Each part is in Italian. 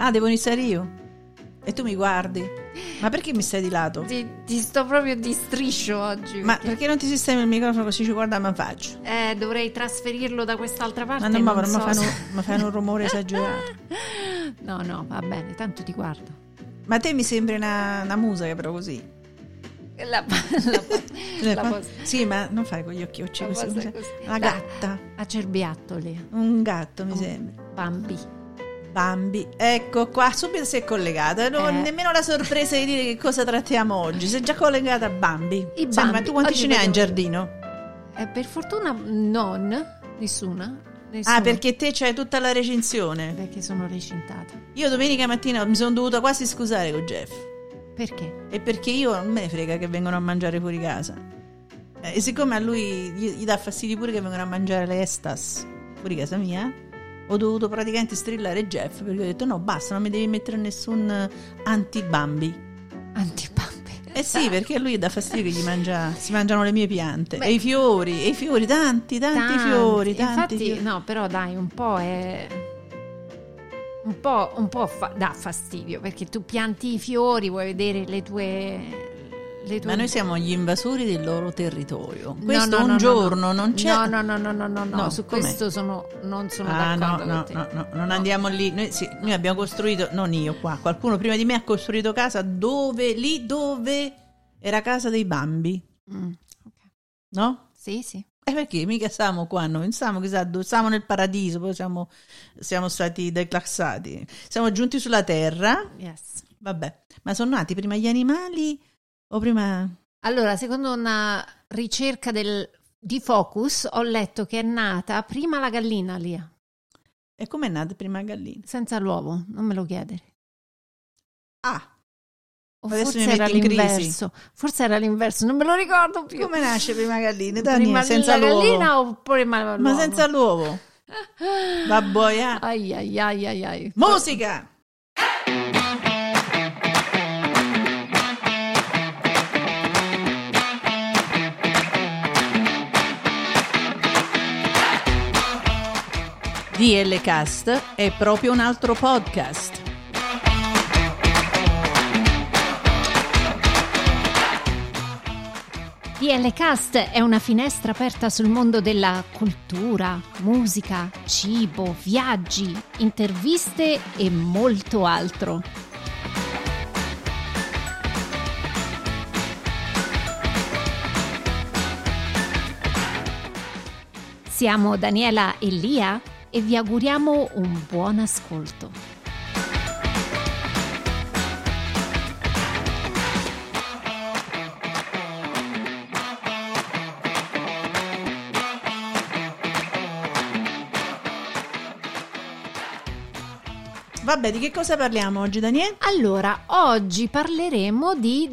Ah, devo iniziare io? E tu mi guardi? Ma perché mi stai di lato? Ti sto proprio di striscio oggi. Ma perché non ti sistemi il microfono così ci guarda ma faccio? Dovrei trasferirlo da quest'altra parte. Ma non so mi fanno un rumore esagerato. No, va bene, tanto ti guardo. Ma te mi sembri una musa però così. Sì, ma non fai con gli occhiocci così. Una gatta. A cerbiattoli. Un gatto mi sembra. Bambi, ecco qua, subito si è collegata. Non nemmeno la sorpresa di dire che cosa trattiamo oggi. Si è già collegata a Bambi. Senti, ma tu quanti ce ne hai in giardino? Per fortuna nessuna. Ah, perché te c'hai tutta la recinzione? Perché sono recintata. Io domenica mattina mi sono dovuta quasi scusare con Jeff. Perché? E perché io non me ne frega che vengono a mangiare fuori casa. E siccome a lui gli dà fastidio pure che vengono a mangiare le Estas fuori casa mia, ho dovuto praticamente strillare Jeff perché ho detto no, basta, non mi devi mettere nessun anti-Bambi. Eh sì, perché a lui dà fastidio che si mangiano le mie piante. E i fiori, tanti fiori. Infatti, no, però dai, un po' è... Un po' dà fastidio, perché tu pianti i fiori, vuoi vedere le tue... Ma noi siamo gli invasori del loro territorio. Questo un giorno non c'è. No, su questo non sono d'accordo con te. No, non andiamo lì. Noi abbiamo costruito, non io qua, qualcuno prima di me ha costruito casa dove era casa dei Bambi. Okay. No? Sì. Perché mica stavamo qua, noi non stavamo chissà dove, stavamo nel paradiso, poi siamo stati declassati. Siamo giunti sulla terra. Yes. Vabbè, ma sono nati prima gli animali o prima... Allora, secondo una ricerca di Focus, ho letto che è nata prima la gallina, Lia. E com'è nata prima la gallina? Senza l'uovo, non me lo chiedere. Ah! O forse era l'inverso. Forse era l'inverso, non me lo ricordo più. Come nasce prima gallina? Prima senza la l'uovo. Gallina o prima l'uovo? Ma senza l'uovo. Va boia. Ai. Musica! DL Cast è proprio un altro podcast. DL Cast è una finestra aperta sul mondo della cultura, musica, cibo, viaggi, interviste e molto altro. Siamo Daniela e Lia e vi auguriamo un buon ascolto. Vabbè, di che cosa parliamo oggi, Daniele? Allora, oggi parleremo di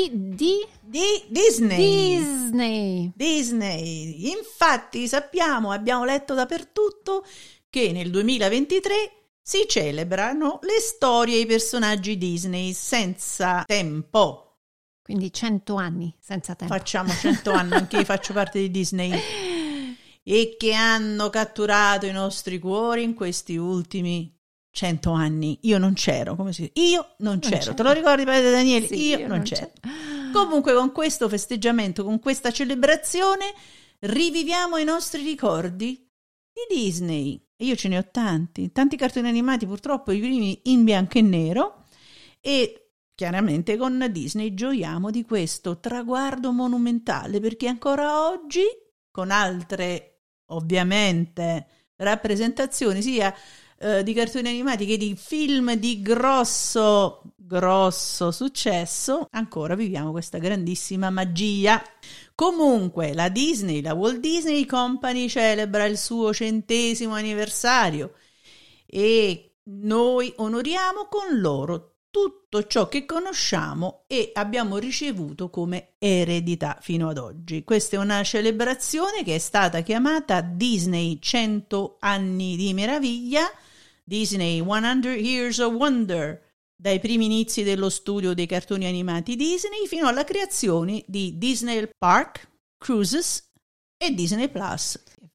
Disney. Infatti abbiamo letto dappertutto che nel 2023 si celebrano le storie e i personaggi Disney senza tempo. Quindi 100 anni senza tempo. Facciamo 100 anni, anche io faccio parte di Disney. E che hanno catturato i nostri cuori in questi ultimi 100 anni. Io non c'ero, Io non c'ero. Te lo ricordi, padre Daniele? Sì, io non c'ero. Comunque con questo festeggiamento, con questa celebrazione, riviviamo i nostri ricordi di Disney. E io ce ne ho tanti cartoni animati, purtroppo i primi in bianco e nero, e chiaramente con Disney gioiamo di questo traguardo monumentale, perché ancora oggi, con altre ovviamente rappresentazioni sia di cartoni animati che di film di grosso successo, ancora viviamo questa grandissima magia. Comunque la Walt Disney Company celebra il suo 100° anniversario e noi onoriamo con loro tutto ciò che conosciamo e abbiamo ricevuto come eredità fino ad oggi. Questa è una celebrazione che è stata chiamata Disney 100 anni di meraviglia, Disney 100 Years of Wonder, dai primi inizi dello studio dei cartoni animati Disney fino alla creazione di Disney Park, Cruises e Disney Plus.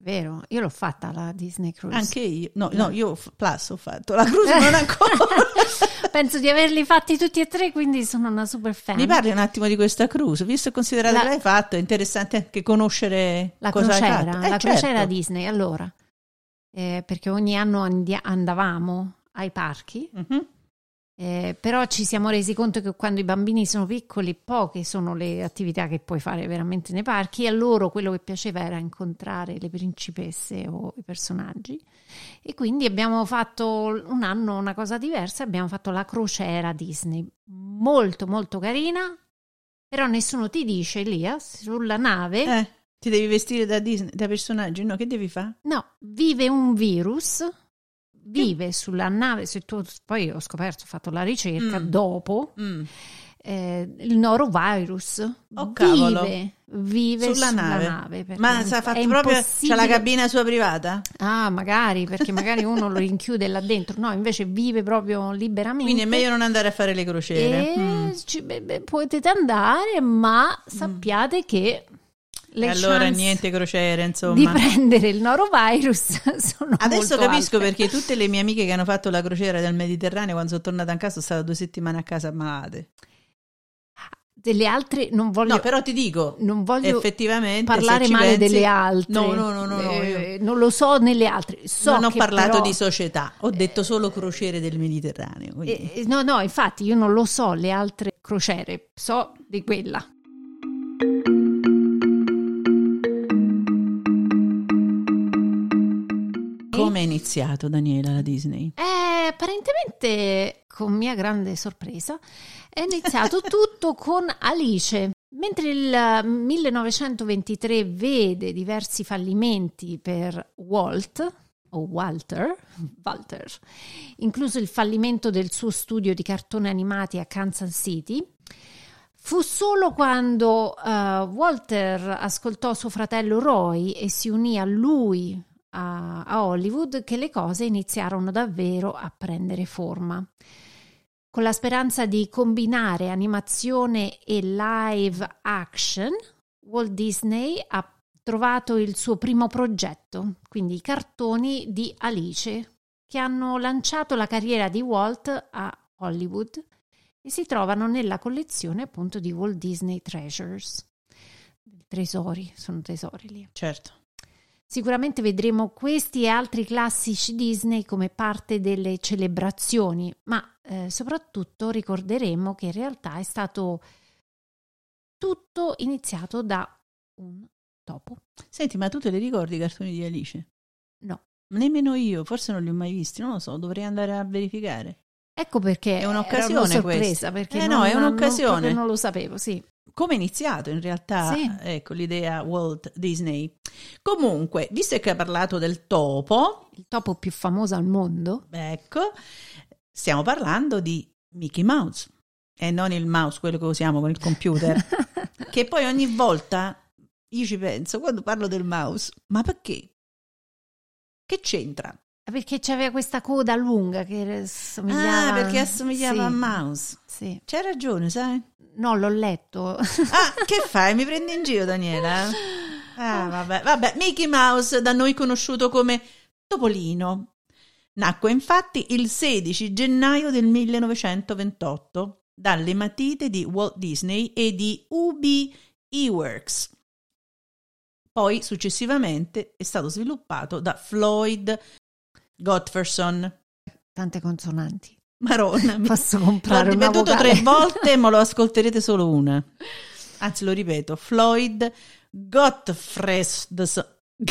Vero, io l'ho fatta la Disney Cruise. Anche io. No, io Plus ho fatto, la Cruise non ancora. Penso di averli fatti tutti e tre, quindi sono una super fan. Mi parli un attimo di questa Cruise, visto e considerato che l'hai fatto, è interessante anche conoscere la cosa crociera, hai fatto. la Certo. crociera Disney. Allora, perché ogni anno andavamo ai parchi, però ci siamo resi conto che quando i bambini sono piccoli poche sono le attività che puoi fare veramente nei parchi, e a loro quello che piaceva era incontrare le principesse o i personaggi, e quindi abbiamo fatto un anno una cosa diversa, abbiamo fatto la crociera Disney, molto molto carina, però nessuno ti dice, Elias, sulla nave Ti devi vestire da Disney, da personaggi, no? Che devi fare? no, vive un virus, vive sulla nave, se tu, poi ho scoperto, ho fatto la ricerca dopo, il norovirus vive sulla nave. Ma si è fatto proprio, c'è la cabina sua privata? Ah, magari, perché magari uno lo rinchiude là dentro, no, invece vive proprio liberamente. Quindi è meglio non andare a fare le crociere. Potete andare, ma sappiate che le allora chance niente crociere, insomma, di prendere il norovirus sono adesso molto capisco alte. perché tutte le mie amiche che hanno fatto la crociera del Mediterraneo, quando sono tornata a casa, sono state 2 settimane a casa malate. Delle altre non voglio, No, però ti dico, non voglio effettivamente parlare se ci male pensi, delle altre. No, Non lo so nelle altre. So non ho che parlato però, di società, ho detto solo crociere del Mediterraneo. Quindi. no, infatti io non lo so le altre crociere, so di quella. Come è iniziato, Daniela, la Disney? Apparentemente, con mia grande sorpresa, è iniziato tutto con Alice. Mentre il 1923 vede diversi fallimenti per Walter, incluso il fallimento del suo studio di cartoni animati a Kansas City, fu solo quando Walter ascoltò suo fratello Roy e si unì a lui a Hollywood che le cose iniziarono davvero a prendere forma. Con la speranza di combinare animazione e live action, Walt Disney ha trovato il suo primo progetto, quindi i cartoni di Alice, che hanno lanciato la carriera di Walt a Hollywood e si trovano nella collezione appunto di Walt Disney Treasures. Tesori, sono tesori lì. Certo. Sicuramente vedremo questi e altri classici Disney come parte delle celebrazioni, ma soprattutto ricorderemo che in realtà è stato tutto iniziato da un topo. Senti, ma tu te li ricordi i cartoni di Alice? No. Nemmeno io, forse non li ho mai visti, non lo so, dovrei andare a verificare. Ecco perché è un'occasione, era una sorpresa, questa. perché No, è un'occasione. Non lo sapevo, sì. Come è iniziato in realtà, sì. Ecco, l'idea Walt Disney. Comunque, visto che hai parlato del topo, il topo più famoso al mondo, ecco, stiamo parlando di Mickey Mouse e non il mouse, quello che usiamo con il computer, che poi ogni volta io ci penso quando parlo del mouse, ma perché? Che c'entra? Perché c'aveva questa coda lunga che assomigliava... Ah, perché assomigliava a Mouse. Sì. C'hai ragione, sai? No, l'ho letto. Ah, che fai? Mi prendi in giro, Daniela? Ah, vabbè. Mickey Mouse, da noi conosciuto come Topolino. Nacque infatti il 16 gennaio del 1928 dalle matite di Walt Disney e di UB Iwerks. Poi, successivamente, è stato sviluppato da Floyd Gottfredson. Tante consonanti. Maronna, posso comprare l'ho una ripetuto vocale 3 volte, ma lo ascolterete solo una. Anzi, lo ripeto, Floyd Gottfredson.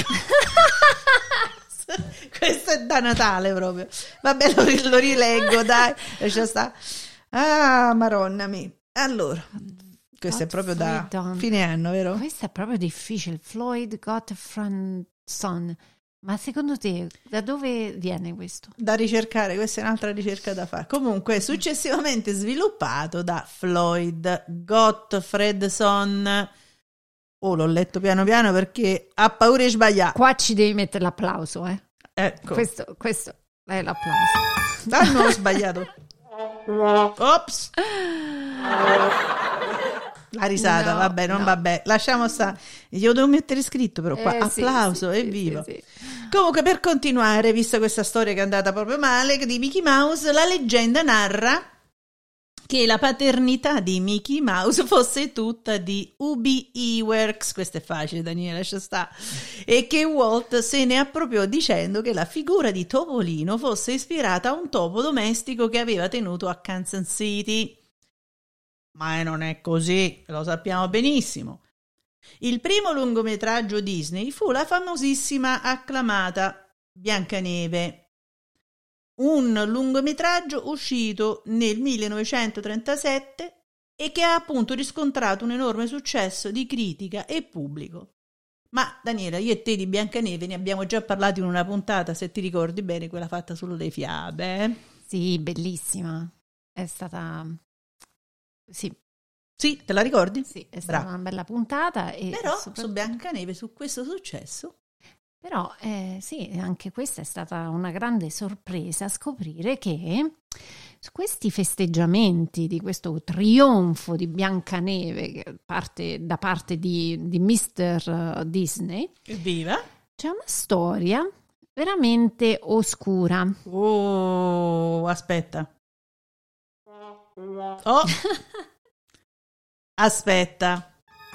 Questo è da Natale proprio. Vabbè, lo rileggo, dai. Lascia sta. Ah, maronna mia. Allora, questo è proprio da fine anno, vero? Questo è proprio difficile. Floyd Gottfredson. Ma secondo te da dove viene questo? Da ricercare, questa è un'altra ricerca da fare. Comunque, successivamente sviluppato da Floyd Gottfredson. Oh, l'ho letto piano piano perché ha paura di sbagliare. Qua ci devi mettere l'applauso, Ecco. Questo è l'applauso. Non ho sbagliato. Ops. La risata, No, vabbè, non no. vabbè, lasciamo stare. Glielo devo mettere scritto però qua, Sì, applauso, sì, evviva. sì, sì. Comunque, per continuare, visto questa storia che è andata proprio male di Mickey Mouse, la leggenda narra che la paternità di Mickey Mouse fosse tutta di Ubi Iwerks, questo è facile Daniele, lascia sta, e che Walt se ne appropriò dicendo che la figura di Topolino fosse ispirata a un topo domestico che aveva tenuto a Kansas City. Ma non è così, lo sappiamo benissimo. Il primo lungometraggio Disney fu la famosissima acclamata Biancaneve, un lungometraggio uscito nel 1937 e che ha appunto riscontrato un enorme successo di critica e pubblico. Ma Daniela, io e te di Biancaneve ne abbiamo già parlato in una puntata, se ti ricordi bene, quella fatta sulle fiabe. Sì, bellissima. È stata... Sì, Sì, te la ricordi? sì, è stata una bella puntata. E Però soprattutto... su Biancaneve, su questo successo... Però sì, anche questa è stata una grande sorpresa scoprire che su questi festeggiamenti di questo trionfo di Biancaneve da parte di Mr. Disney, Evviva! c'è una storia veramente oscura. Oh, aspetta. Oh, aspetta.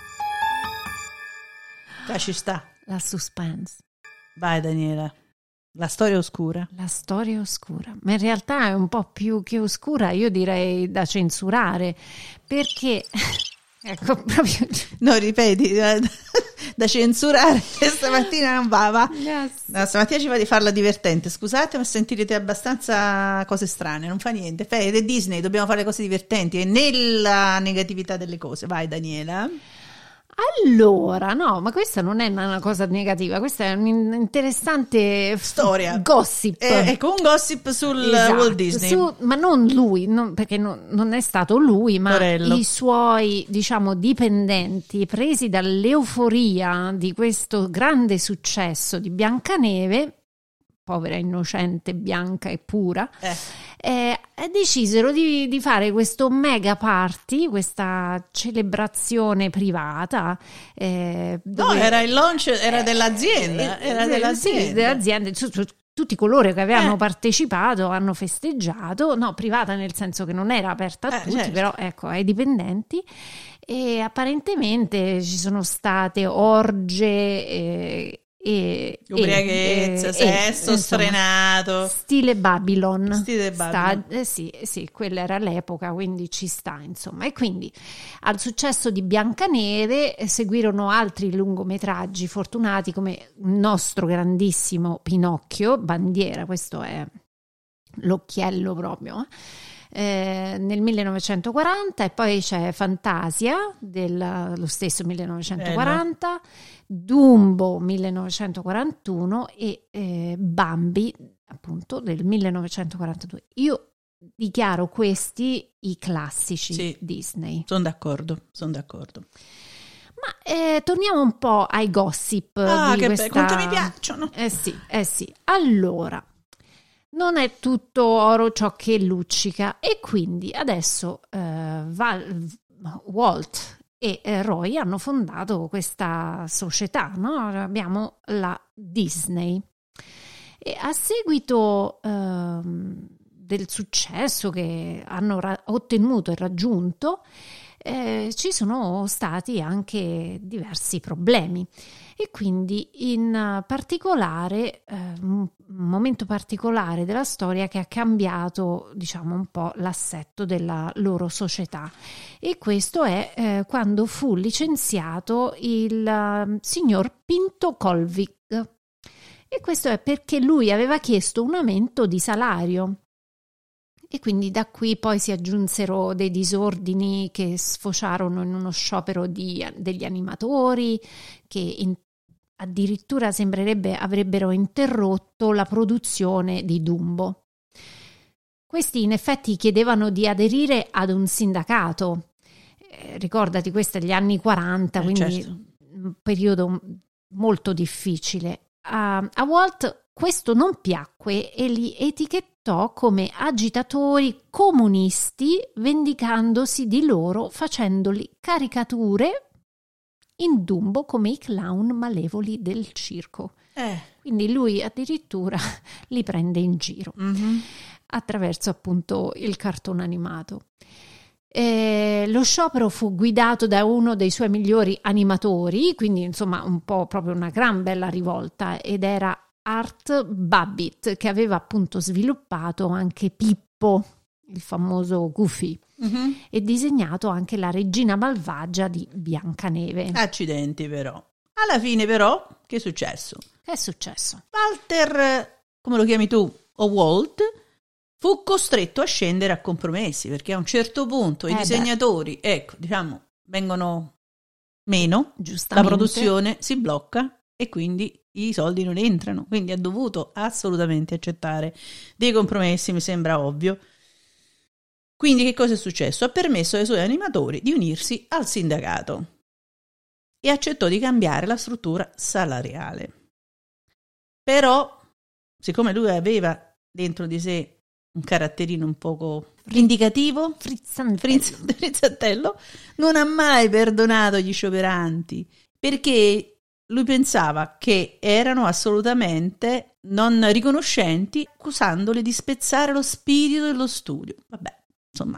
Ci sta. La suspense. Vai Daniela, la storia oscura. La storia oscura, ma in realtà è un po' più che oscura, io direi da censurare, perché ecco proprio No, ripeti, da censurare stamattina non va. Yes. No, stamattina ci va di farla divertente, scusate ma sentirete abbastanza cose strane, non fa niente, ed è Disney, dobbiamo fare cose divertenti e nella negatività delle cose. Vai Daniela. Allora, no, ma questa non è una cosa negativa, questa è un'interessante Storia. Gossip. Ecco, un gossip sul Esatto, Walt Disney. ma non lui, perché non è stato lui, ma Torello. i suoi, diciamo, dipendenti presi dall'euforia di questo grande successo di Biancaneve, povera innocente, bianca e pura, decisero di fare questo mega party, questa celebrazione privata. No, era il launch, era dell'azienda. Era dell'azienda. Sì, dell'azienda. Tutti coloro che avevano partecipato hanno festeggiato, no, privata nel senso che non era aperta a tutti, certo. però ecco, ai dipendenti. E apparentemente ci sono state orge ubriachezza, sesso insomma, sfrenato, stile Babylon. Sì, Quella era l'epoca, quindi ci sta, insomma. E quindi al successo di Biancaneve seguirono altri lungometraggi fortunati come il nostro grandissimo Pinocchio, bandiera, questo è l'occhiello proprio, nel 1940, e poi c'è Fantasia lo stesso 1940, Dumbo 1941 e Bambi appunto del 1942. Io dichiaro questi i classici Disney. Sono d'accordo. Ma torniamo un po' ai gossip di questa... quanto mi piacciono. Sì. Allora, non è tutto oro ciò che luccica, e quindi adesso Walt e Roy hanno fondato questa società, no? Abbiamo la Disney, e a seguito del successo che hanno ottenuto e raggiunto, ci sono stati anche diversi problemi, e quindi in particolare un momento particolare della storia che ha cambiato, diciamo, un po' l'assetto della loro società, e questo è quando fu licenziato il signor Pinto Colvig, e questo è perché lui aveva chiesto un aumento di salario. E quindi da qui poi si aggiunsero dei disordini che sfociarono in uno sciopero degli animatori, che addirittura sembrerebbe avrebbero interrotto la produzione di Dumbo. Questi in effetti chiedevano di aderire ad un sindacato. Ricordati, questo è gli anni 40, quindi un periodo molto difficile. A Walt questo non piacque e li etichettò presentò come agitatori comunisti, vendicandosi di loro facendoli caricature in Dumbo come i clown malevoli del circo. Quindi lui addirittura li prende in giro attraverso appunto il cartone animato. Lo sciopero fu guidato da uno dei suoi migliori animatori, quindi insomma un po' proprio una gran bella rivolta, ed era Art Babbitt, che aveva appunto sviluppato anche Pippo, il famoso Goofy, e disegnato anche la regina malvagia di Biancaneve. Accidenti però. Alla fine però, che è successo? Che è successo? Walter, come lo chiami tu, o Walt, fu costretto a scendere a compromessi, perché a un certo punto i disegnatori, vengono meno, la produzione si blocca e quindi i soldi non entrano, quindi ha dovuto assolutamente accettare dei compromessi, mi sembra ovvio. Quindi che cosa è successo? Ha permesso ai suoi animatori di unirsi al sindacato e accettò di cambiare la struttura salariale. Però, siccome lui aveva dentro di sé un caratterino un poco indicativo, frizzantello, non ha mai perdonato gli scioperanti, perché lui pensava che erano assolutamente non riconoscenti, accusandoli di spezzare lo spirito dello studio. Vabbè, insomma,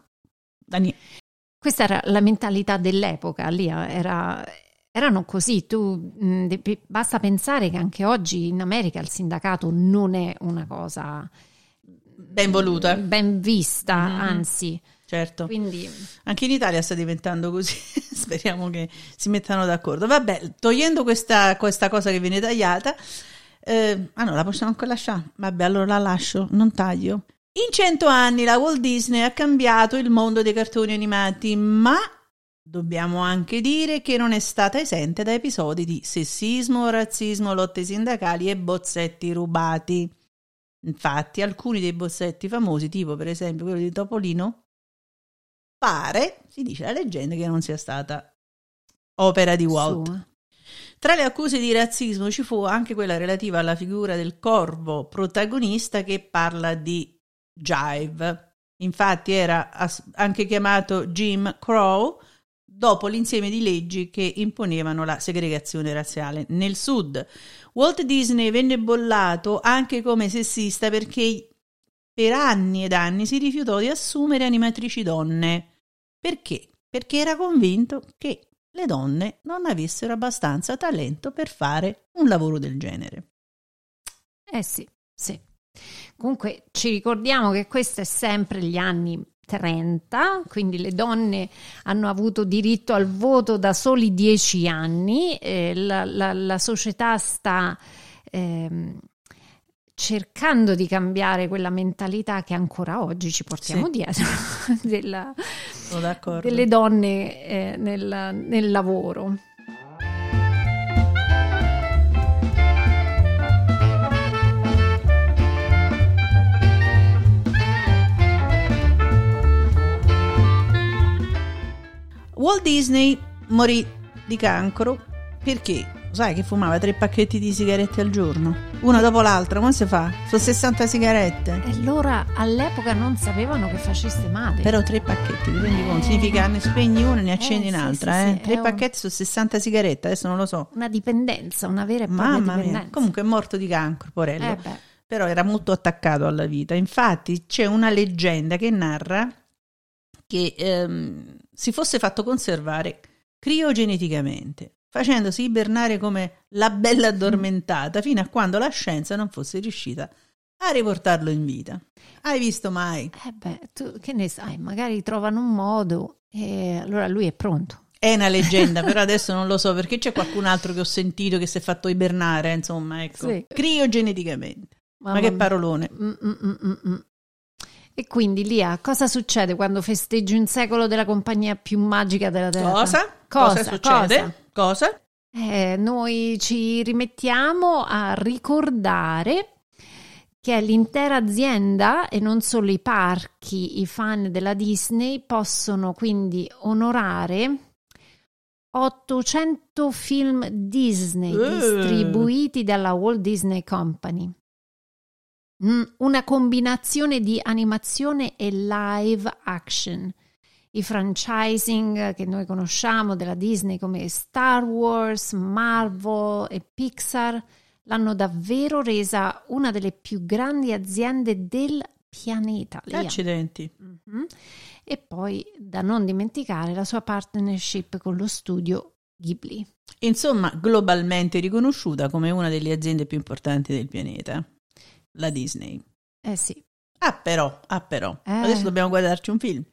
questa era la mentalità dell'epoca, lì erano così. Basta pensare che anche oggi in America il sindacato non è una cosa ben voluta, ben vista, anzi. Certo. Quindi anche in Italia sta diventando così. Speriamo che si mettano d'accordo. Vabbè, togliendo questa cosa che viene tagliata, no, la possiamo anche lasciare. Vabbè, allora la lascio, non taglio. In 100 anni la Walt Disney ha cambiato il mondo dei cartoni animati, ma dobbiamo anche dire che non è stata esente da episodi di sessismo, razzismo, lotte sindacali e bozzetti rubati. Infatti, alcuni dei bozzetti famosi, tipo per esempio quello di Topolino, si dice la leggenda, che non sia stata opera di Walt. Sua. Tra le accuse di razzismo ci fu anche quella relativa alla figura del corvo protagonista, che parla di Jive. Infatti era anche chiamato Jim Crow, dopo l'insieme di leggi che imponevano la segregazione razziale nel sud. Walt Disney venne bollato anche come sessista perché per anni ed anni si rifiutò di assumere animatrici donne. Perché? Perché era convinto che le donne non avessero abbastanza talento per fare un lavoro del genere. Sì. Comunque ci ricordiamo che questo è sempre gli anni 30, quindi le donne hanno avuto diritto al voto da soli 10 anni, la società sta cercando di cambiare quella mentalità che ancora oggi ci portiamo dietro delle donne nel lavoro. Walt Disney morì di cancro perché, sai che fumava 3 pacchetti di sigarette al giorno, una dopo l'altra. Come si fa? Sono 60 sigarette. E loro all'epoca non sapevano che facesse male. Però 3 pacchetti, ti rendi conto? Significa ne spegni una e ne accendi un'altra. Sì, 3 pacchetti su 60 sigarette, adesso non lo so. Una dipendenza, una vera e propria dipendenza. Mia. Comunque è morto di cancro, porello. Beh. Però era molto attaccato alla vita. Infatti c'è una leggenda che narra che si fosse fatto conservare criogeneticamente, facendosi ibernare come la bella addormentata, fino a quando la scienza non fosse riuscita a riportarlo in vita. Hai visto mai? Tu che ne sai? Magari trovano un modo e allora lui è pronto. È una leggenda, però adesso non lo so, perché c'è qualcun altro che ho sentito che si è fatto ibernare, insomma, ecco. Sì. Criogeneticamente. Ma che parolone. E quindi, Lia, cosa succede quando festeggi un secolo della compagnia più magica della Terra? Cosa succede? Cosa? Noi ci rimettiamo a ricordare che l'intera azienda e non solo i parchi, i fan della Disney possono quindi onorare 800 film Disney distribuiti dalla Walt Disney Company. una combinazione di animazione e live action. I franchising che noi conosciamo della Disney come Star Wars, Marvel e Pixar l'hanno davvero resa una delle più grandi aziende del pianeta. Accidenti. E poi da non dimenticare la sua partnership con lo studio Ghibli. Insomma, globalmente riconosciuta come una delle aziende più importanti del pianeta, la Disney. Sì. Però. Adesso dobbiamo guardarci un film.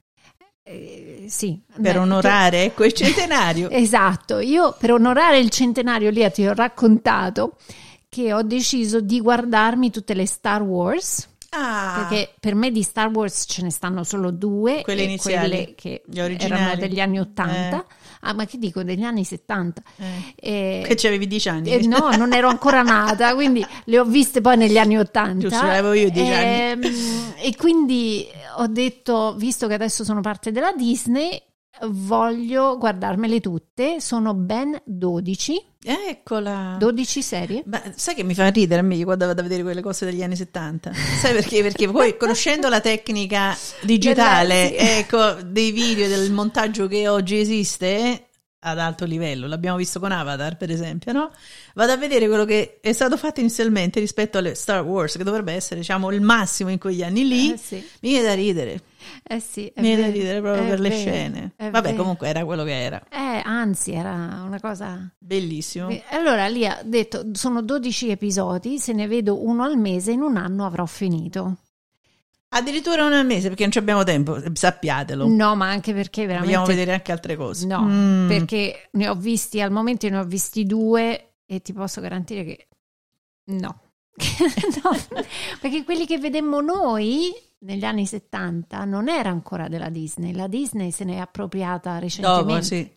Sì. Per onorare quel centenario. Esatto, io per onorare il centenario lì ti ho raccontato che ho deciso di guardarmi tutte le Star Wars. Perché per me di Star Wars ce ne stanno solo 2, quelle iniziali, quelle che gli originali. erano degli anni 80. Ma che dico, degli anni 70. Che c'avevi 10 anni. No, non ero ancora nata, quindi le ho viste poi negli anni 80. Giusto, avevo io 10 anni. E quindi ho detto, visto che adesso sono parte della Disney, voglio guardarmele tutte. Sono ben 12. Eccola. 12 serie. Ma sai che mi fa ridere a me quando vado a vedere quelle cose degli anni 70? Sai perché? Perché poi conoscendo la tecnica digitale, ecco, dei video, del montaggio che oggi esiste ad alto livello, l'abbiamo visto con Avatar per esempio, no? Vado a vedere quello che è stato fatto inizialmente rispetto alle Star Wars, che dovrebbe essere, diciamo, il massimo in quegli anni lì. Mi viene da ridere. Sì, mi viene da ridere proprio per le scene. Vabbè, vero. comunque era quello che era. Anzi, era una cosa bellissimo. Allora lì ha detto, sono 12 episodi, se ne vedo uno al mese, in un anno avrò finito. Addirittura uno al mese, perché non ci abbiamo tempo, sappiatelo. No, ma anche perché veramente vogliamo vedere anche altre cose. No, perché ne ho visti, al momento ne ho visti 2 e ti posso garantire che no. No, perché quelli che vedemmo noi negli anni 70 non era ancora della Disney. La Disney se ne è appropriata recentemente.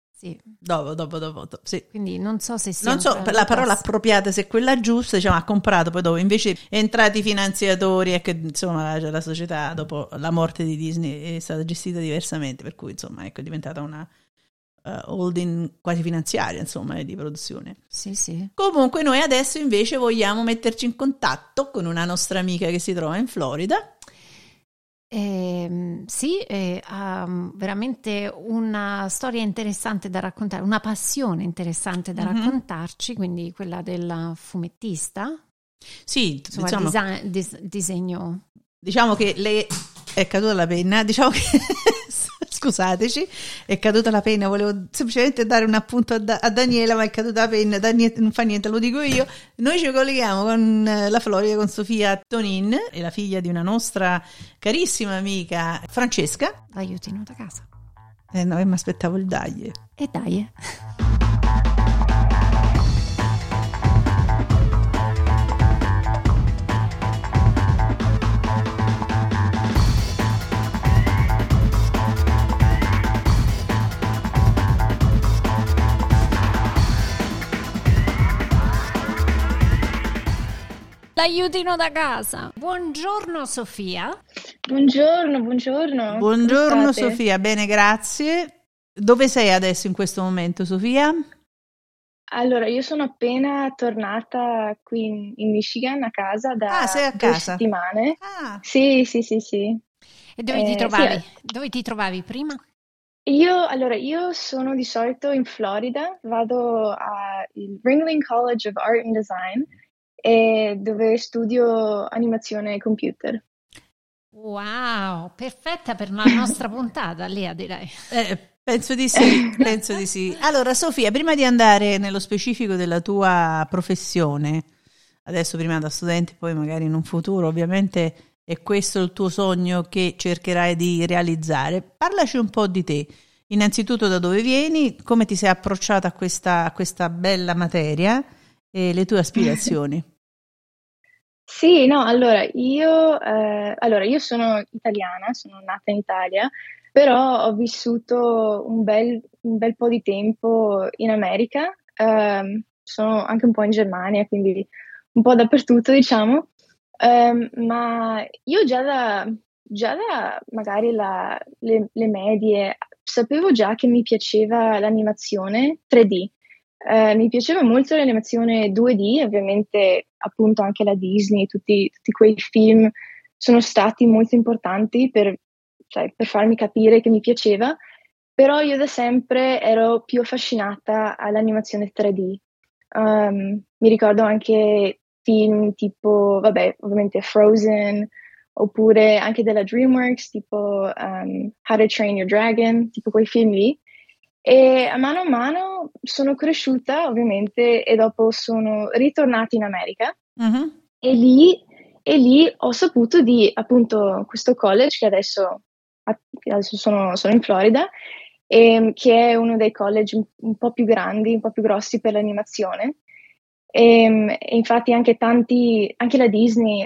Dopo, sì. Quindi non so se sia. Non so per la parola appropriata, se è quella giusta, diciamo, ha comprato, poi dopo invece entrati i finanziatori e che insomma la società dopo la morte di Disney è stata gestita diversamente, per cui insomma ecco, è diventata una holding quasi finanziaria, insomma, di produzione. Sì. Comunque noi adesso invece vogliamo metterci in contatto con una nostra amica che si trova in Florida. Ha veramente una storia interessante da raccontare, una passione interessante da raccontarci, quindi quella del fumettista. Sì, insomma, disegno. Diciamo che le è caduta la penna, diciamo che scusateci, è caduta la penna, volevo semplicemente dare un appunto a Daniela, ma è caduta la penna, non fa niente, lo dico io. Noi ci colleghiamo con la Florida, con Sofia Tonin, è la figlia di una nostra carissima amica Francesca. Aiutino da casa. No, mi aspettavo il dai. E dai. L'aiutino da casa. Buongiorno Sofia. Buongiorno. Buongiorno Sofia, bene, grazie. Dove sei adesso in questo momento, Sofia? Allora, io sono appena tornata qui in Michigan a casa da sei a 2 casa? settimane. Ah. Sì. E dove ti trovavi? Dove ti trovavi prima? Io sono di solito in Florida, vado al Ringling College of Art and Design, dove studio animazione e computer. Wow, perfetta per la nostra puntata, Lea, direi. Penso di sì. Allora, Sofia, prima di andare nello specifico della tua professione, adesso prima da studente, poi magari in un futuro, ovviamente è questo il tuo sogno che cercherai di realizzare. Parlaci un po' di te. Innanzitutto da dove vieni, come ti sei approcciata a questa bella materia e le tue aspirazioni. Sì, no, allora io sono italiana, sono nata in Italia, però ho vissuto un bel po' di tempo in America, sono anche un po' in Germania, quindi un po' dappertutto, diciamo, ma io già da magari le medie sapevo già che mi piaceva l'animazione 3D. Mi piaceva molto l'animazione 2D, ovviamente appunto anche la Disney, tutti quei film sono stati molto importanti per farmi capire che mi piaceva, però io da sempre ero più affascinata all'animazione 3D. Mi ricordo anche film tipo, vabbè, ovviamente Frozen, oppure anche della DreamWorks, tipo How to Train Your Dragon, tipo quei film lì. E a mano sono cresciuta, ovviamente, e dopo sono ritornata in America. Mhm. E lì ho saputo di appunto questo college che adesso sono in Florida, che è uno dei college un po' più grandi, un po' più grossi per l'animazione. E infatti anche la Disney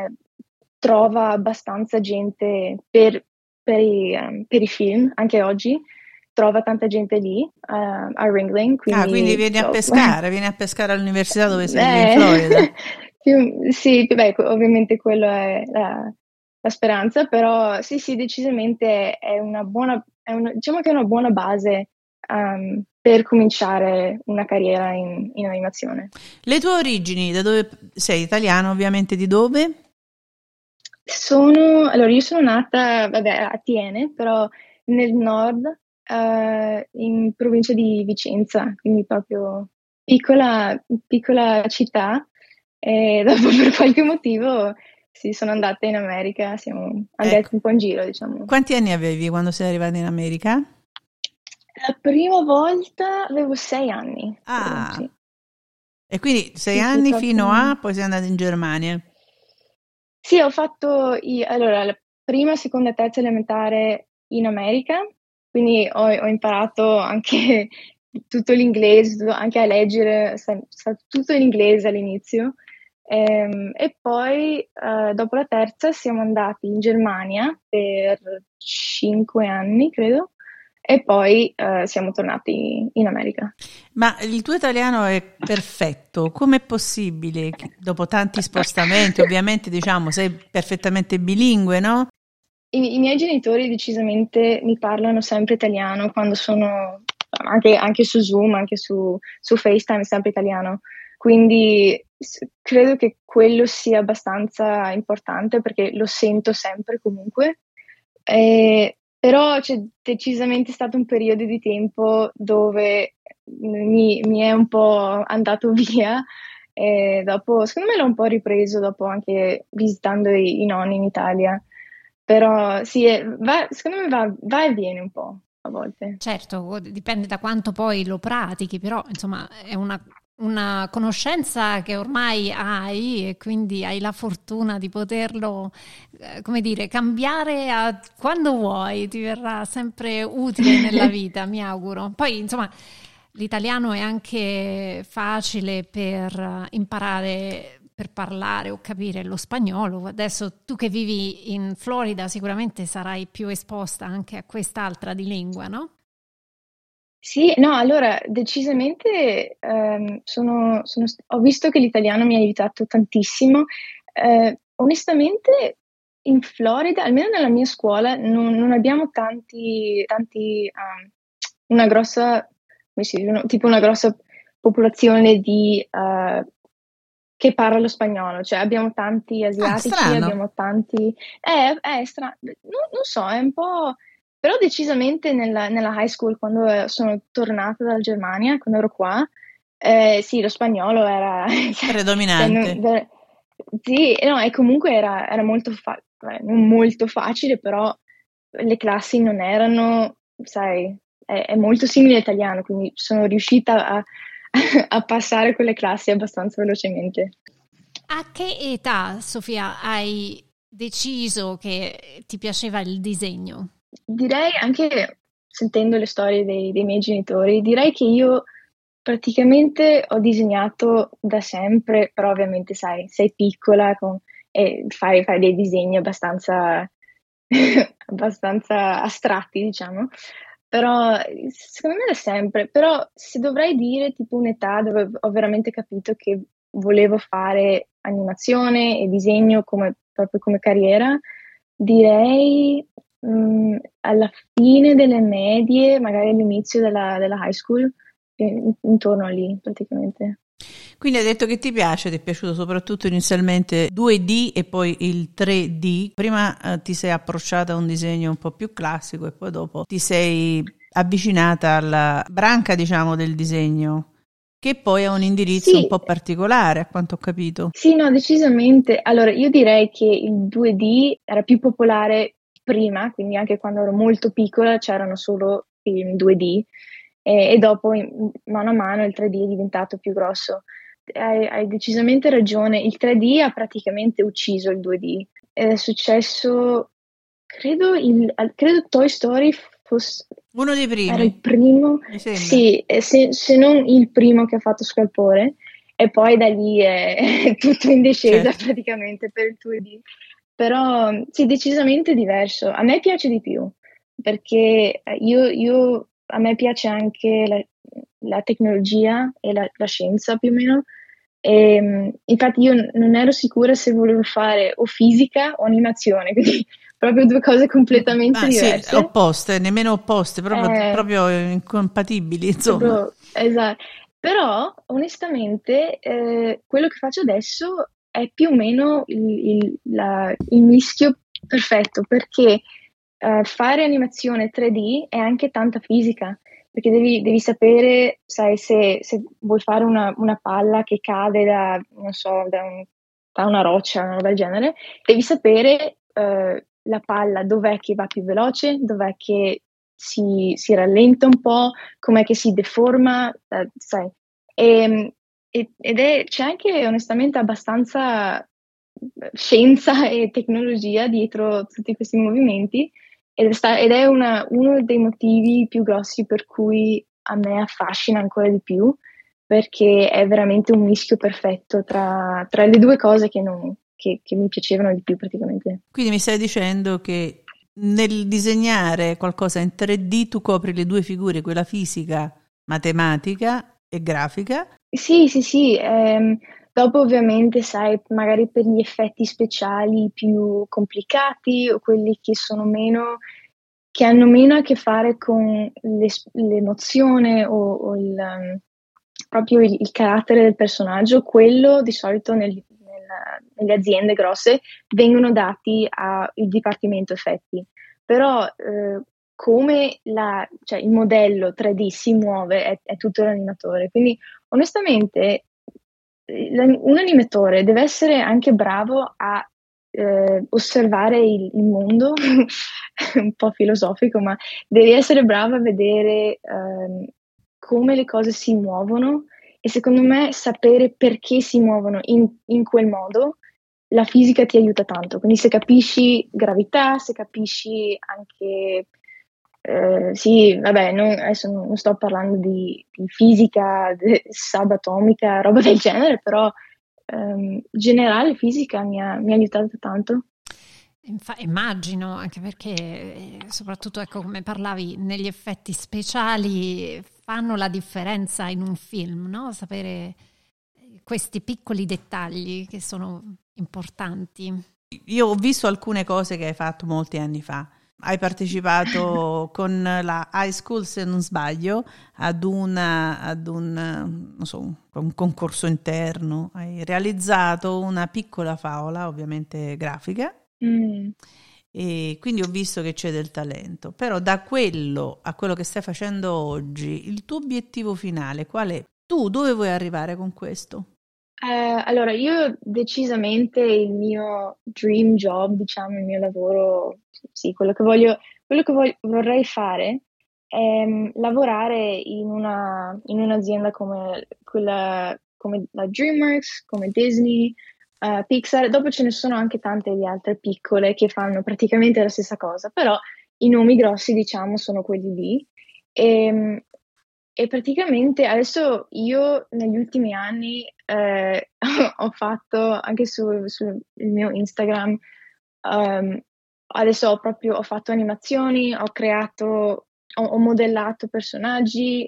trova abbastanza gente per i film, anche oggi trova tanta gente lì a Ringling, Ah, quindi quindi vieni a pescare all'università dove sei lì in Florida. sì, beh, ovviamente quello è la speranza, però sì, decisamente è diciamo che è una buona base per cominciare una carriera in animazione. Le tue origini, da dove sei? Italiano, ovviamente, di dove? Allora, io sono nata, vabbè, a Tiene, però nel nord, in provincia di Vicenza, quindi proprio piccola città. E dopo per qualche motivo sono andata in America, siamo andati Ecco. un po' in giro, diciamo. Quanti anni avevi quando sei arrivata in America? La prima volta avevo 6 anni. Ah, sì. e quindi 6 Sì, anni fino proprio. a, poi sei andata in Germania. Sì, ho fatto allora, la prima, seconda e terza elementare in America, quindi ho imparato anche tutto l'inglese, anche a leggere, tutto in inglese all'inizio. E poi dopo la terza siamo andati in Germania per 5 anni, credo, e poi siamo tornati in America. Ma il tuo italiano è perfetto, com'è possibile che dopo tanti spostamenti, ovviamente diciamo sei perfettamente bilingue, no? I miei genitori decisamente mi parlano sempre italiano quando sono anche su Zoom, anche su FaceTime, è sempre italiano. Quindi credo che quello sia abbastanza importante perché lo sento sempre comunque. Però c'è decisamente stato un periodo di tempo dove mi è un po' andato via e dopo, secondo me l'ho un po' ripreso dopo anche visitando i nonni in Italia. Però sì, secondo me va e viene un po' a volte. Certo, dipende da quanto poi lo pratichi, però insomma è una conoscenza che ormai hai e quindi hai la fortuna di poterlo, come dire, cambiare a quando vuoi, ti verrà sempre utile nella vita, mi auguro. Poi insomma l'italiano è anche facile per imparare, per parlare o capire lo spagnolo. Adesso tu che vivi in Florida sicuramente sarai più esposta anche a quest'altra di lingua, no? Sì, no, allora decisamente ho visto che l'italiano mi ha aiutato tantissimo. Onestamente, in Florida, almeno nella mia scuola, non abbiamo una grossa, come si dice, tipo una grossa popolazione che parla lo spagnolo, cioè abbiamo tanti Ah, asiatici, strano. abbiamo tanti. È strano, non so, è un po'. Però decisamente nella high school, quando sono tornata dalla Germania, quando ero qua, sì, lo spagnolo era. Cioè, Predominante. sì, no, e comunque era non molto facile, però le classi non erano, sai, è molto simile all'italiano, quindi sono riuscita a passare quelle classi abbastanza velocemente. A che età, Sofia, hai deciso che ti piaceva il disegno? Direi anche sentendo le storie dei miei genitori, direi che io praticamente ho disegnato da sempre, però ovviamente sai, sei piccola e fai dei disegni abbastanza, abbastanza astratti, diciamo. Però secondo me da sempre. Però se dovrei dire tipo un'età dove ho veramente capito che volevo fare animazione e disegno proprio come carriera, direi alla fine delle medie, magari all'inizio della high school, intorno lì praticamente. Quindi hai detto che ti è piaciuto soprattutto inizialmente 2D e poi il 3D. Prima ti sei approcciata a un disegno un po' più classico e poi dopo ti sei avvicinata alla branca, diciamo, del disegno, che poi ha un indirizzo un Sì, po' particolare, a quanto ho capito. sì, no, decisamente. Allora, io direi che il 2D era più popolare prima, quindi anche quando ero molto piccola c'erano solo film 2D e dopo mano a mano il 3D è diventato più grosso. Hai decisamente ragione, il 3D ha praticamente ucciso il 2D. È successo, credo Toy Story fosse, Uno dei era il primi, primo, mi sembra. sì, se non il primo che ha fatto Scalpore, e poi da lì è tutto in discesa Certo. praticamente per il 2D. Però sì, decisamente diverso. A me piace di più, perché a me piace anche la tecnologia e la scienza più o meno. Infatti io non ero sicura se volevo fare o fisica o animazione, quindi proprio due cose completamente Ah, sì, diverse. opposte, nemmeno opposte, Eh, proprio incompatibili, insomma. Proprio, esatto. Però, onestamente, quello che faccio adesso è più o meno il mischio perfetto, perché fare animazione 3D è anche tanta fisica, perché devi sapere, sai, se vuoi fare una palla che cade da, non so, da una roccia, una roba del genere, devi sapere la palla dov'è che va più veloce, dov'è che si rallenta un po', com'è che si deforma, sai. C'è anche onestamente abbastanza scienza e tecnologia dietro tutti questi movimenti ed è uno dei motivi più grossi per cui a me affascina ancora di più, perché è veramente un mischio perfetto tra le due cose che mi piacevano di più praticamente. Quindi mi stai dicendo che nel disegnare qualcosa in 3D tu copri le due figure, quella fisica, matematica e grafica. Sì, sì, sì. Dopo ovviamente, sai, magari per gli effetti speciali più complicati o quelli che hanno meno a che fare con l'emozione o proprio il carattere del personaggio, quello di solito nelle aziende grosse vengono dati al dipartimento effetti. Però come cioè, il modello 3D si muove è tutto l'animatore. Quindi onestamente, un animatore deve essere anche bravo a osservare il mondo, un po' filosofico, ma devi essere bravo a vedere come le cose si muovono e secondo me sapere perché si muovono in quel modo, la fisica ti aiuta tanto. Quindi se capisci gravità, se capisci anche sì, vabbè, adesso non sto parlando di fisica subatomica, roba del genere, però in generale fisica mi ha aiutato tanto. Immagino, anche perché soprattutto ecco come parlavi, negli effetti speciali fanno la differenza in un film, no? Sapere questi piccoli dettagli che sono importanti. Io ho visto alcune cose che hai fatto molti anni fa. Hai partecipato con la high school, se non sbaglio, non so, un concorso interno. Hai realizzato una piccola favola, ovviamente grafica, Mm. e quindi ho visto che c'è del talento. Però da quello a quello che stai facendo oggi, il tuo obiettivo finale qual è? Tu dove vuoi arrivare con questo? Allora, io decisamente il mio dream job, diciamo, il mio lavoro, sì, vorrei fare è lavorare in un'azienda come quella, come la DreamWorks, come Disney, Pixar. Dopo ce ne sono anche tante di altre piccole che fanno praticamente la stessa cosa, però i nomi grossi, diciamo, sono quelli lì. E, e praticamente adesso io negli ultimi anni ho fatto anche sul mio Instagram, ehm, adesso ho fatto animazioni, ho modellato personaggi,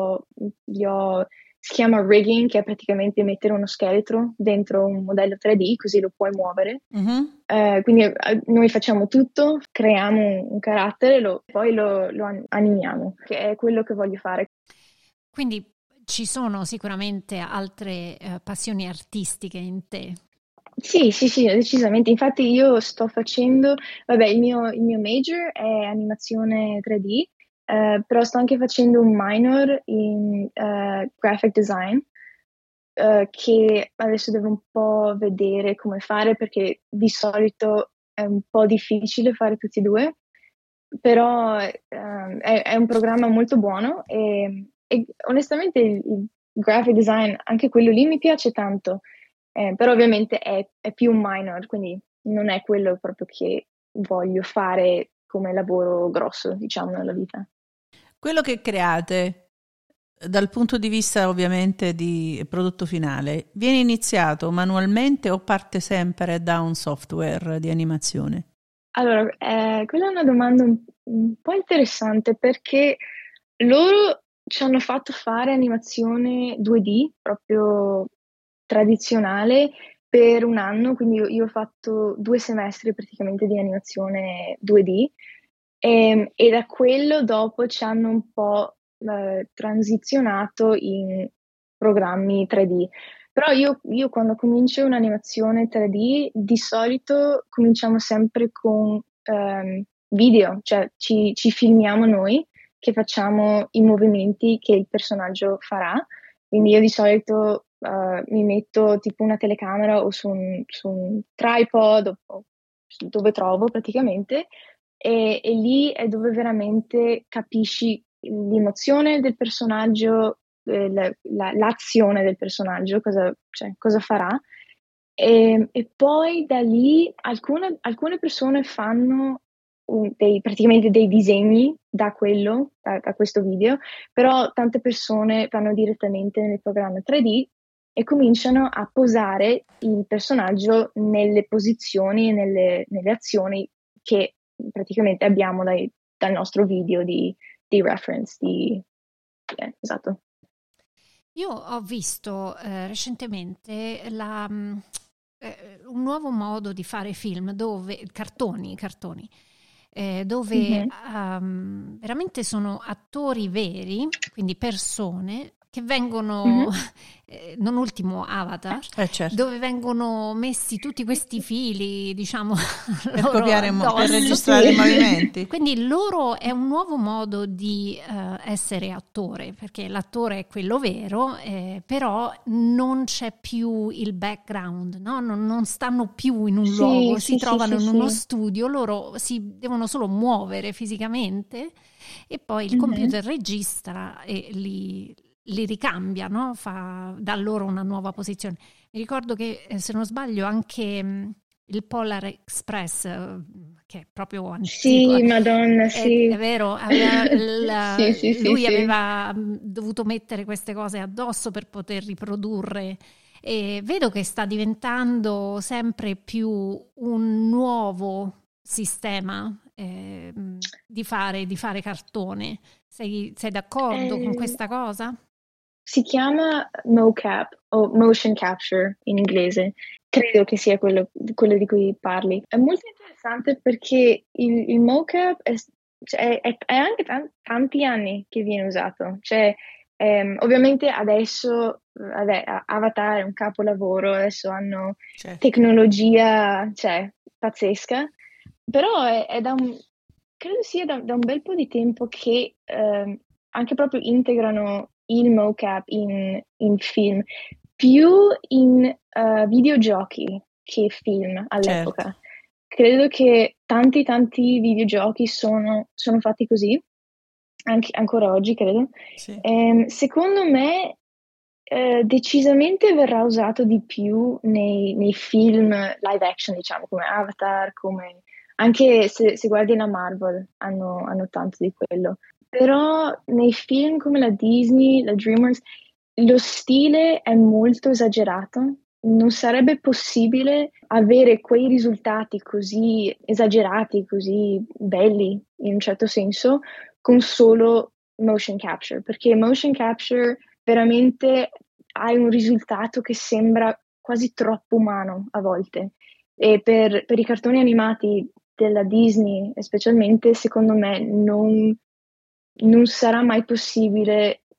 si chiama rigging, che è praticamente mettere uno scheletro dentro un modello 3D, così lo puoi muovere. Mhm. Quindi noi facciamo tutto, creiamo un carattere, poi lo animiamo, che è quello che voglio fare. Quindi ci sono sicuramente altre passioni artistiche in te. Sì, sì, sì, decisamente. Infatti io sto facendo, vabbè, il mio major è animazione 3D, però sto anche facendo un minor in graphic design, che adesso devo un po' vedere come fare perché di solito è un po' difficile fare tutti e due, però è un programma molto buono e onestamente il graphic design, anche quello lì mi piace tanto, però ovviamente è più un minor, quindi non è quello proprio che voglio fare come lavoro grosso, diciamo, nella vita. Quello che create dal punto di vista ovviamente di prodotto finale viene iniziato manualmente o parte sempre da un software di animazione? Allora, quella è una domanda un po' interessante perché loro ci hanno fatto fare animazione 2D, proprio tradizionale, per un anno, quindi io ho fatto 2 semestri praticamente di animazione 2D e da quello dopo ci hanno un po' transizionato in programmi 3D. Però io quando comincio un'animazione 3D di solito cominciamo sempre con video, cioè ci filmiamo noi che facciamo i movimenti che il personaggio farà. Quindi io di solito mi metto tipo una telecamera o su un tripod o dove trovo praticamente e lì è dove veramente capisci l'emozione del personaggio, l'azione del personaggio, cosa farà. E poi da lì alcune persone fanno praticamente dei disegni da questo video, però tante persone vanno direttamente nel programma 3D e cominciano a posare il personaggio nelle posizioni e nelle azioni che praticamente abbiamo dal nostro video di reference. Esatto. Io ho visto recentemente un nuovo modo di fare film dove cartoni, dove Mhm. veramente sono attori veri, quindi persone che vengono, Mhm. non ultimo Avatar, Certo, dove vengono messi tutti questi fili, diciamo, per loro copiare, per addosso. registrare i Sì. movimenti. Quindi loro è un nuovo modo di essere attore, perché l'attore è quello vero, però non c'è più il background, no? Non stanno più in un Sì, luogo, si sì, sì, trovano sì, in uno sì. studio, loro si devono solo muovere fisicamente e poi il Mhm. computer registra e li ricambia, no? Dà loro una nuova posizione. Mi ricordo che, se non sbaglio, anche il Polar Express, che è proprio antico, Sì, Madonna, è sì. vero, Sì, sì, sì, lui sì. aveva dovuto mettere queste cose addosso per poter riprodurre. E vedo che sta diventando sempre più un nuovo sistema di fare cartone. Sei d'accordo con Eh, questa cosa? Si chiama mocap o motion capture in inglese. Credo che sia quello di cui parli. È molto interessante perché il mocap è anche tanti anni che viene usato. Cioè, ovviamente adesso, vabbè, Avatar è un capolavoro, adesso hanno Certo. tecnologia, cioè, pazzesca, però credo sia da un bel po' di tempo che anche proprio integrano il mocap in film, più in videogiochi che film Certo, all'epoca. Credo che tanti tanti videogiochi sono fatti così, anche ancora oggi credo. sì. Secondo me decisamente verrà usato di più nei film live action, diciamo, come Avatar, anche se guardi la Marvel, hanno tanto di quello. Però nei film come la Disney, la DreamWorks, lo stile è molto esagerato. Non sarebbe possibile avere quei risultati così esagerati, così belli in un certo senso, con solo motion capture, perché motion capture veramente hai un risultato che sembra quasi troppo umano a volte. E per i cartoni animati della Disney, specialmente, secondo me non sarà mai possibile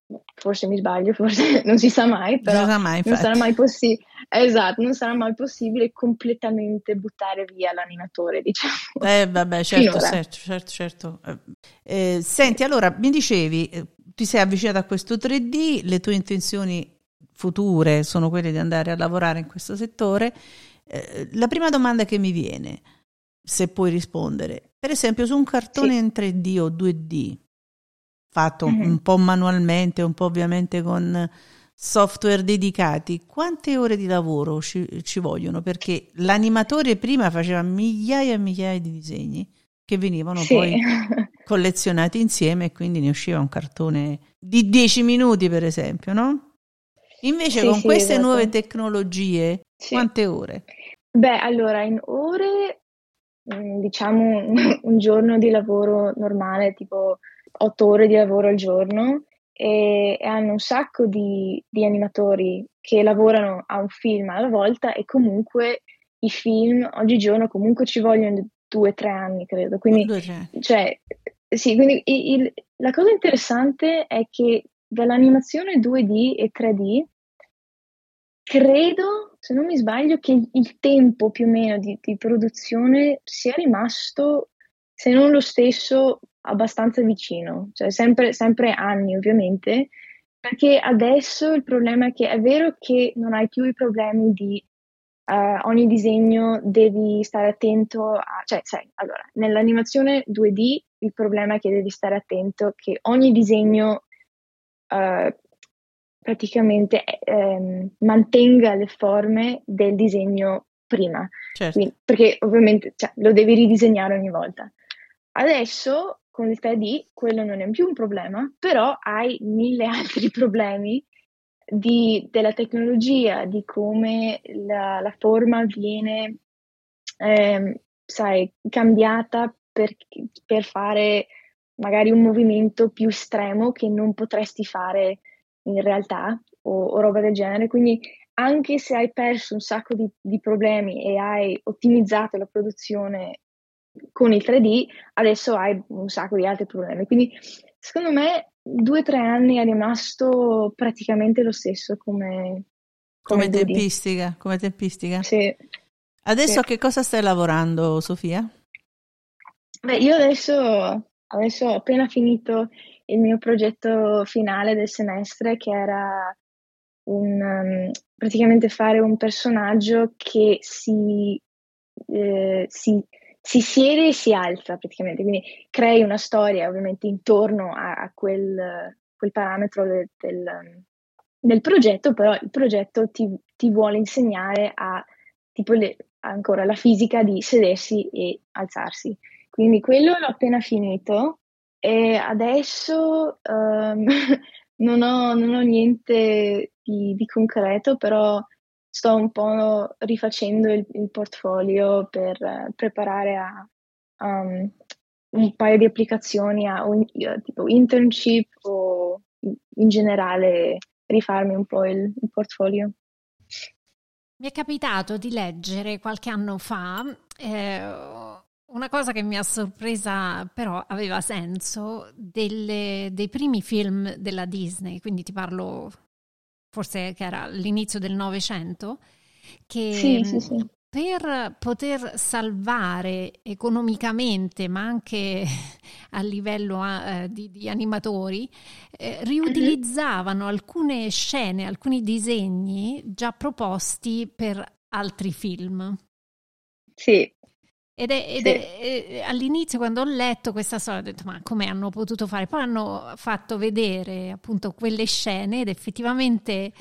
forse mi sbaglio, forse non si sa mai, però Non sa mai, non sarà infatti. mai possibile, esatto, non sarà mai possibile completamente buttare via l'animatore, diciamo, Vabbè, certo, finora. certo, certo, certo. Senti, allora, mi dicevi, ti sei avvicinata a questo 3D, le tue intenzioni future sono quelle di andare a lavorare in questo settore. La prima domanda che mi viene, se puoi rispondere, per esempio su un cartone Sì. in 3D o 2D, fatto Mhm. un po' manualmente, un po' ovviamente con software dedicati, quante ore di lavoro ci vogliono? Perché l'animatore prima faceva migliaia e migliaia di disegni che venivano Sì. poi collezionati insieme e quindi ne usciva un cartone di 10 minuti, per esempio, no? Invece Sì, con sì, queste nuove esatto. tecnologie, Sì. quante ore? Beh, allora, in ore, diciamo un giorno di lavoro normale, tipo 8 ore di lavoro al giorno, e hanno un sacco di animatori che lavorano a un film alla volta e comunque i film oggigiorno comunque ci vogliono 2 o 3 anni, credo. Quindi, 2 o 3 anni. cioè, sì, quindi la cosa interessante è che dall'animazione 2D e 3D credo, se non mi sbaglio, che il tempo più o meno di produzione sia rimasto, se non lo stesso, abbastanza vicino, cioè sempre anni ovviamente, perché adesso il problema è che è vero che non hai più i problemi di ogni disegno devi stare attento a, cioè, sai, allora, nell'animazione 2D il problema è che devi stare attento che ogni disegno eh, praticamente mantenga le forme del disegno prima. Certo. Perché ovviamente cioè, lo devi ridisegnare ogni volta. Adesso con il 3D quello non è più un problema, però hai mille altri problemi della tecnologia, di come la forma viene, sai, cambiata per fare magari un movimento più estremo che non potresti fare in realtà o roba del genere. Quindi anche se hai perso un sacco di problemi e hai ottimizzato la produzione con il 3D, adesso hai un sacco di altri problemi. Quindi secondo me 2 o 3 anni è rimasto praticamente lo stesso come Come il 2D. tempistica, come tempistica. Sì, Adesso sì. a che cosa stai lavorando, Sofia? Beh, io adesso ho appena finito il mio progetto finale del semestre, che era praticamente fare un personaggio che si siede e si alza praticamente, quindi crei una storia ovviamente intorno a quel parametro del progetto, però il progetto ti vuole insegnare a tipo ancora la fisica di sedersi e alzarsi. Quindi quello l'ho appena finito e adesso non ho niente di concreto, però sto un po' rifacendo il portfolio per preparare a un paio di applicazioni, tipo internship o in generale rifarmi un po' il portfolio. Mi è capitato di leggere qualche anno fa una cosa che mi ha sorpresa, però aveva senso, dei primi film della Disney, quindi ti parlo forse che era l'inizio del Novecento, che Sì, sì, sì. per poter salvare economicamente, ma anche a livello di animatori, Mhm. riutilizzavano alcune scene, alcuni disegni già proposti per altri film. Sì, sì. All'inizio, quando ho letto questa storia, ho detto: ma come hanno potuto fare? Poi hanno fatto vedere appunto quelle scene ed effettivamente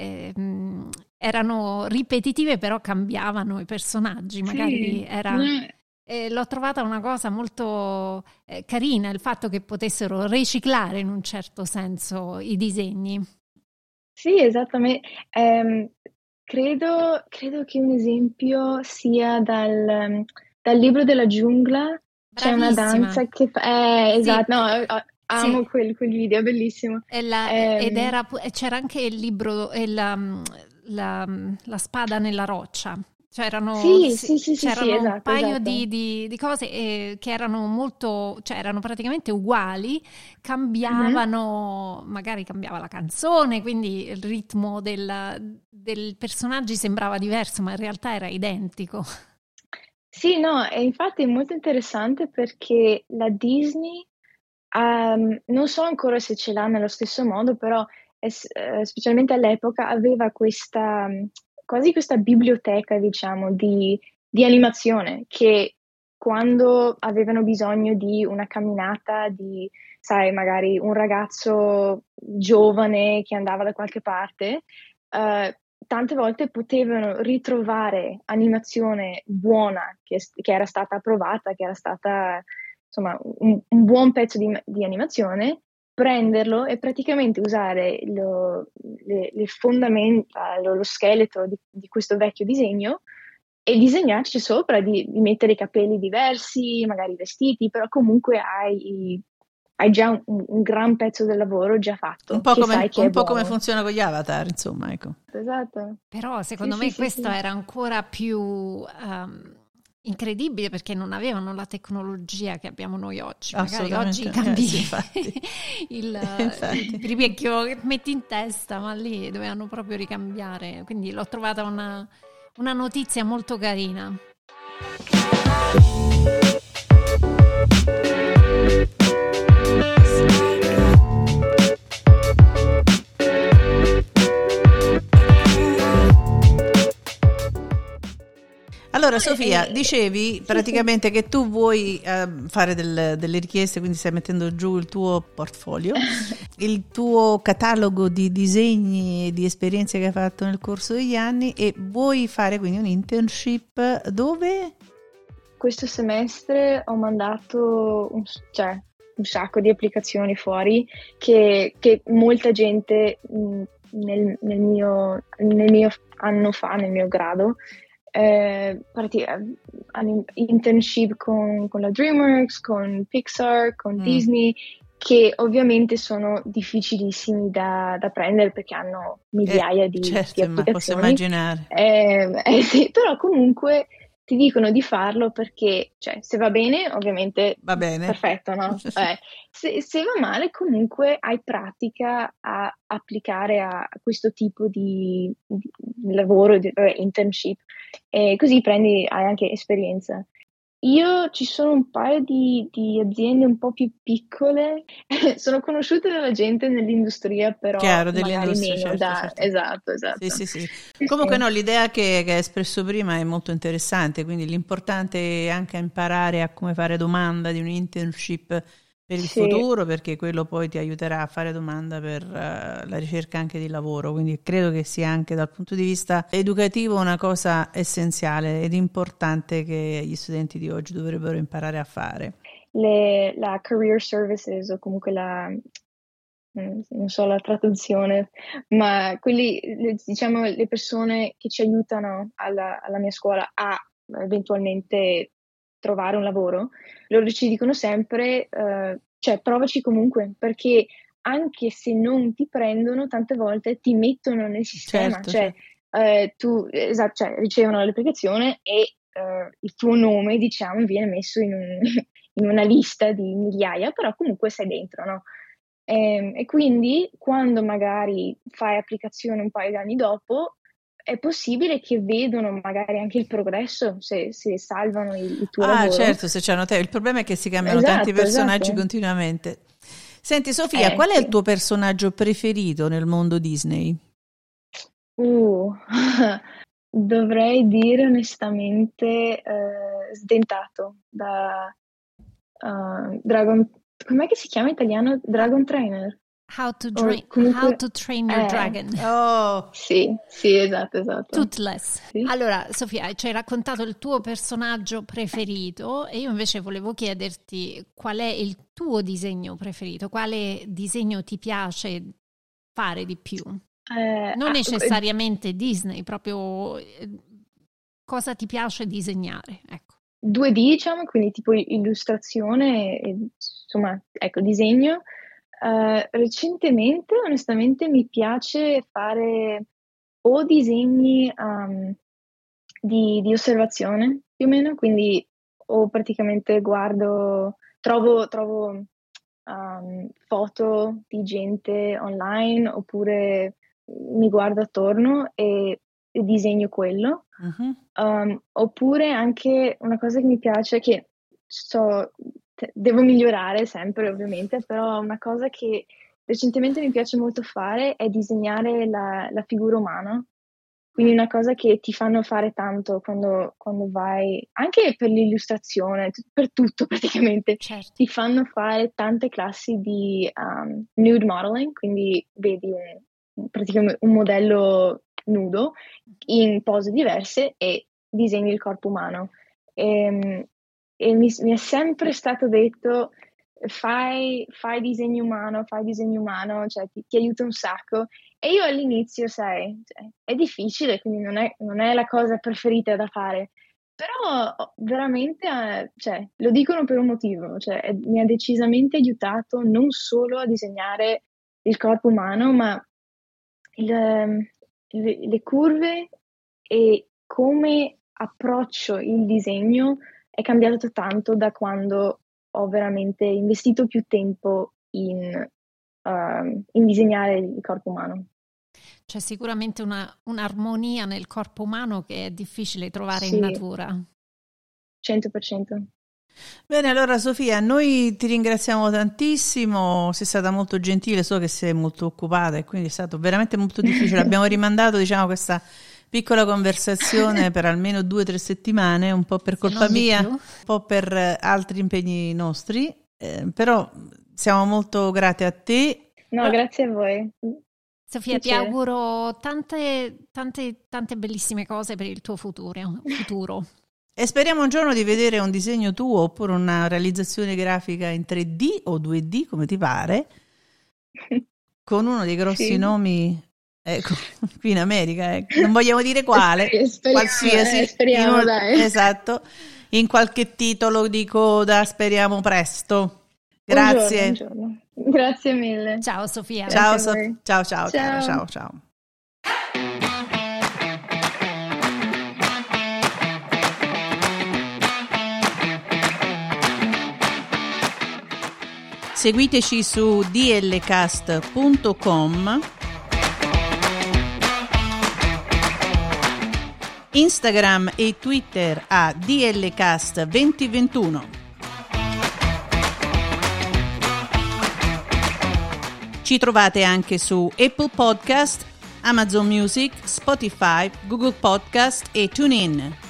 erano ripetitive, però cambiavano i personaggi. Magari Sì, era. L'ho trovata una cosa molto carina il fatto che potessero riciclare in un certo senso i disegni. sì, esattamente. Credo che un esempio sia dal libro della giungla, c'è una Bravissima. danza che fa. Sì, Esatto, no, amo sì. quel video, è bellissimo. Ed Ehm, c'era anche il libro, la spada nella roccia. C'erano, Sì, c'erano un esatto, paio esatto. di cose che erano molto, cioè erano praticamente uguali, Mhm. cambiavano, magari cambiava la canzone, quindi il ritmo del personaggio sembrava diverso, ma in realtà era identico. Sì, no, e infatti è molto interessante perché la Disney, non so ancora se ce l'ha nello stesso modo, però specialmente all'epoca aveva questa, quasi questa biblioteca, diciamo, di animazione che quando avevano bisogno di una camminata di, sai, magari un ragazzo giovane che andava da qualche parte, tante volte potevano ritrovare animazione buona che era stata approvata, che era stata insomma un buon pezzo di animazione, prenderlo e praticamente usare le fondamenta, lo scheletro di questo vecchio disegno e disegnarci sopra, di mettere i capelli diversi, magari i vestiti, però comunque hai già un gran pezzo del lavoro già fatto, che sai che è Un po' come buono. funziona con gli avatar, insomma, ecco. Esatto. Però Sì, secondo sì, me sì, questo sì. era ancora più incredibile perché non avevano la tecnologia che abbiamo noi oggi. Magari oggi Assolutamente, cambi sì, infatti. il Infatti. ripecchio che metti in testa, ma lì dovevano proprio ricambiare. Quindi l'ho trovata una notizia molto carina. Allora, Sofia, dicevi Sì, sì. praticamente che tu vuoi fare delle richieste, quindi stai mettendo giù il tuo portfolio, il tuo catalogo di disegni e di esperienze che hai fatto nel corso degli anni e vuoi fare quindi un internship dove? Questo semestre ho mandato cioè, un sacco di applicazioni fuori che molta gente nel mio anno fa, nel mio grado, internship con la DreamWorks, con Pixar, con Mm. Disney, che ovviamente sono difficilissimi da prendere perché hanno migliaia di Certo, ma posso applicazioni. immaginare. Sì, però comunque ti dicono di farlo perché, cioè, se va bene, ovviamente Va bene. perfetto, no? Se va male, comunque hai pratica a applicare a questo tipo di lavoro, internship, e così hai anche esperienza. Io ci sono un paio di aziende un po' più piccole, sono conosciute dalla gente nell'industria, però Chiaro, magari dell'industria, meno certo, da... certo. Esatto, Sì, esatto. sì, sì. Sì, Comunque sì. no, l'idea che hai espresso prima è molto interessante, quindi l'importante è anche imparare a come fare domanda di un internship per il Sì, futuro, perché quello poi ti aiuterà a fare domanda per la ricerca anche di lavoro, quindi credo che sia anche dal punto di vista educativo una cosa essenziale ed importante che gli studenti di oggi dovrebbero imparare a fare. la career services o comunque non so la traduzione, ma diciamo, le persone che ci aiutano alla mia scuola a eventualmente trovare un lavoro, loro ci dicono sempre, cioè provaci comunque, perché anche se non ti prendono, tante volte ti mettono nel sistema, Certo, cioè certo. cioè, ricevono l'applicazione e il tuo nome, diciamo, viene messo in una lista di migliaia, però comunque sei dentro, no? E quindi quando magari fai applicazione un paio di anni dopo, è possibile che vedono magari anche il progresso se salvano il tuo Ah, lavoro. certo, se c'hanno te. Il problema è che si cambiano tanti Esatto, personaggi esatto. continuamente. Senti, Sofia, qual è il Sì. tuo personaggio preferito nel mondo Disney? Uh, dovrei dire onestamente sdentato da Dragon... Com'è che si chiama in italiano? Ah, Dragon Trainer? O How comunque... to Train Your Eh, Dragon. Oh, sì, sì, esatto, esatto. Toothless. Sì. Allora, Sofia, ci hai raccontato il tuo personaggio preferito e io invece volevo chiederti qual è il tuo disegno preferito, quale disegno ti piace fare di più? Eh, Non ah, eh, necessariamente Disney, proprio cosa ti piace disegnare, ecco. 2D, diciamo, quindi tipo illustrazione, insomma, ecco, disegno. Recentemente, onestamente, mi piace fare o disegni di osservazione più o meno, quindi o praticamente trovo foto di gente online oppure mi guardo attorno e disegno quello. Oppure anche una cosa che mi piace, che devo migliorare sempre ovviamente, però una cosa che recentemente mi piace molto fare è disegnare la figura umana. Quindi una cosa che ti fanno fare tanto quando vai, anche per l'illustrazione, per tutto praticamente, Certo. ti fanno fare tante classi di nude modeling, quindi vedi praticamente un modello nudo in pose diverse e disegni il corpo umano. E mi è sempre stato detto fai disegno umano, cioè ti aiuta un sacco. E io all'inizio, sai, cioè, è difficile, quindi non è la cosa preferita da fare, però veramente, cioè, lo dicono per un motivo, cioè, mi ha decisamente aiutato non solo a disegnare il corpo umano, ma le curve e come approccio il disegno è cambiato tanto da quando ho veramente investito più tempo in disegnare il corpo umano. C'è sicuramente un'armonia nel corpo umano che è difficile trovare in Sì, natura. 100%. Bene, allora Sofia, noi ti ringraziamo tantissimo, sei stata molto gentile, so che sei molto occupata e quindi è stato veramente molto difficile. Abbiamo rimandato, diciamo, questa piccola conversazione per almeno 2 o 3 settimane, un po' per colpa mia, un po' per altri impegni nostri, però siamo molto grate a te. No, grazie a voi. Sofia, ti auguro tante bellissime cose per il tuo futuro. E speriamo un giorno di vedere un disegno tuo oppure una realizzazione grafica in 3D o 2D, come ti pare, con uno dei grossi nomi qui in America. Non vogliamo dire quale, qualsiasi. Speriamo, dai. Esatto, in qualche titolo di coda, speriamo presto. Grazie. Buongiorno. Grazie mille. Ciao Sofia. Ciao, ciao. Seguiteci su dlcast.com, Instagram e Twitter a dlcast2021. Ci trovate anche su Apple Podcast, Amazon Music, Spotify, Google Podcast e TuneIn.